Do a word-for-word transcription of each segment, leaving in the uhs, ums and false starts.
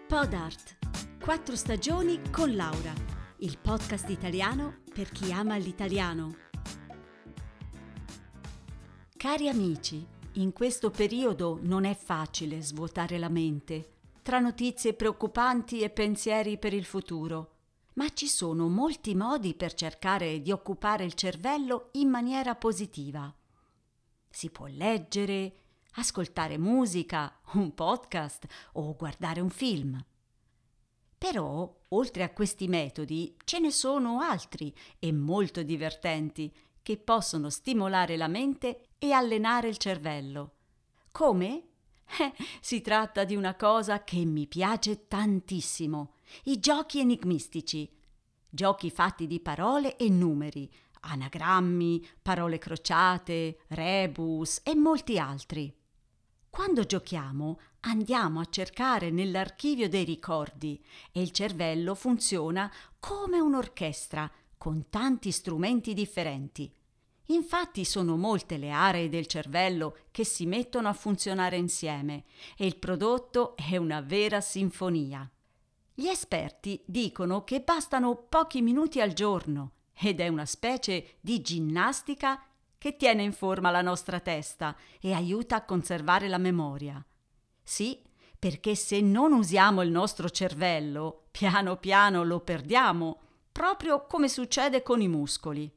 Podart, quattro stagioni con Laura, il podcast italiano per chi ama l'italiano. Cari amici, in questo periodo non è facile svuotare la mente tra notizie preoccupanti e pensieri per il futuro, ma ci sono molti modi per cercare di occupare il cervello in maniera positiva. Si può leggere, ascoltare musica, un podcast o guardare un film. Però, oltre a questi metodi, ce ne sono altri e molto divertenti che possono stimolare la mente e allenare il cervello. Come? Eh, si tratta di una cosa che mi piace tantissimo: i giochi enigmistici. Giochi fatti di parole e numeri, anagrammi, parole crociate, rebus e molti altri. Quando giochiamo andiamo a cercare nell'archivio dei ricordi e il cervello funziona come un'orchestra con tanti strumenti differenti. Infatti sono molte le aree del cervello che si mettono a funzionare insieme e il prodotto è una vera sinfonia. Gli esperti dicono che bastano pochi minuti al giorno ed è una specie di ginnastica che tiene in forma la nostra testa e aiuta a conservare la memoria. Sì, perché se non usiamo il nostro cervello, piano piano lo perdiamo, proprio come succede con i muscoli.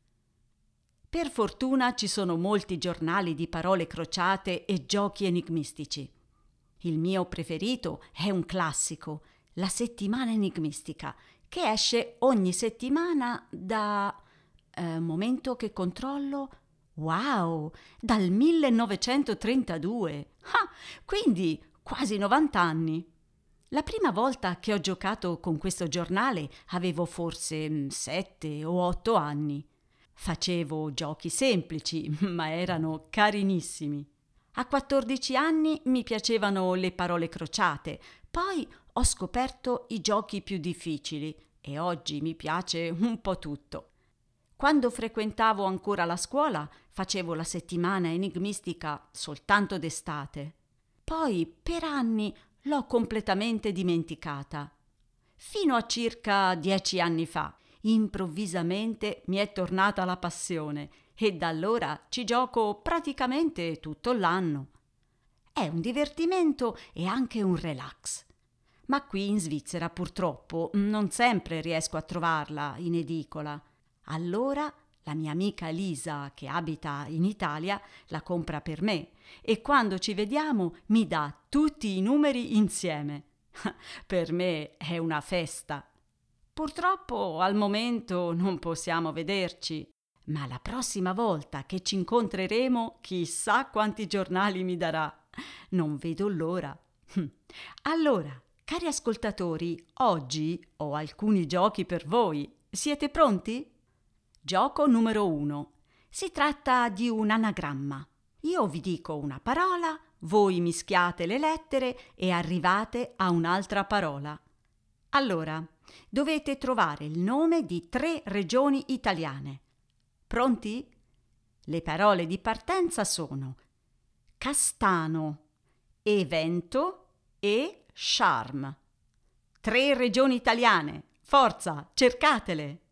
Per fortuna ci sono molti giornali di parole crociate e giochi enigmistici. Il mio preferito è un classico, La Settimana Enigmistica, che esce ogni settimana da... Eh, momento che controllo... Wow! Dal millenovecentotrentadue! Ah, quindi quasi novanta anni! La prima volta che ho giocato con questo giornale avevo forse sette o otto anni. Facevo giochi semplici, ma erano carinissimi. A quattordici anni mi piacevano le parole crociate, poi ho scoperto i giochi più difficili e oggi mi piace un po' tutto. Quando frequentavo ancora la scuola facevo la settimana enigmistica soltanto d'estate. Poi per anni l'ho completamente dimenticata. Fino a circa dieci anni fa, improvvisamente mi è tornata la passione e da allora ci gioco praticamente tutto l'anno. È un divertimento e anche un relax. Ma qui in Svizzera purtroppo non sempre riesco a trovarla in edicola. Allora la mia amica Lisa, che abita in Italia, la compra per me e quando ci vediamo mi dà tutti i numeri insieme. Per me è una festa. Purtroppo al momento non possiamo vederci, ma la prossima volta che ci incontreremo chissà quanti giornali mi darà. Non vedo l'ora. Allora, cari ascoltatori, oggi ho alcuni giochi per voi. Siete pronti? Gioco numero uno. Si tratta di un anagramma. Io vi dico una parola, voi mischiate le lettere e arrivate a un'altra parola. Allora, dovete trovare il nome di tre regioni italiane. Pronti? Le parole di partenza sono Castano, Evento e Charme. Tre regioni italiane. Forza, cercatele!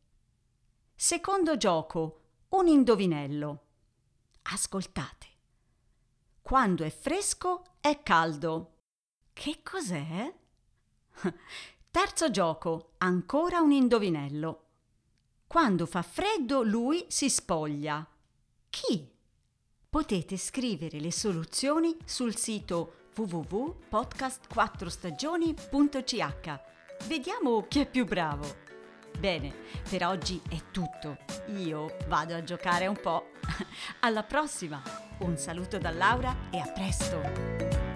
Secondo gioco, un indovinello. Ascoltate. Quando è fresco è caldo. Che cos'è? Terzo gioco, ancora un indovinello. Quando fa freddo lui si spoglia. Chi? Potete scrivere le soluzioni sul sito w w w punto podcast quattro stagioni punto c h. Vediamo chi è più bravo. Bene, per oggi è tutto. Io vado a giocare un po'. Alla prossima! Un saluto da Laura e a presto!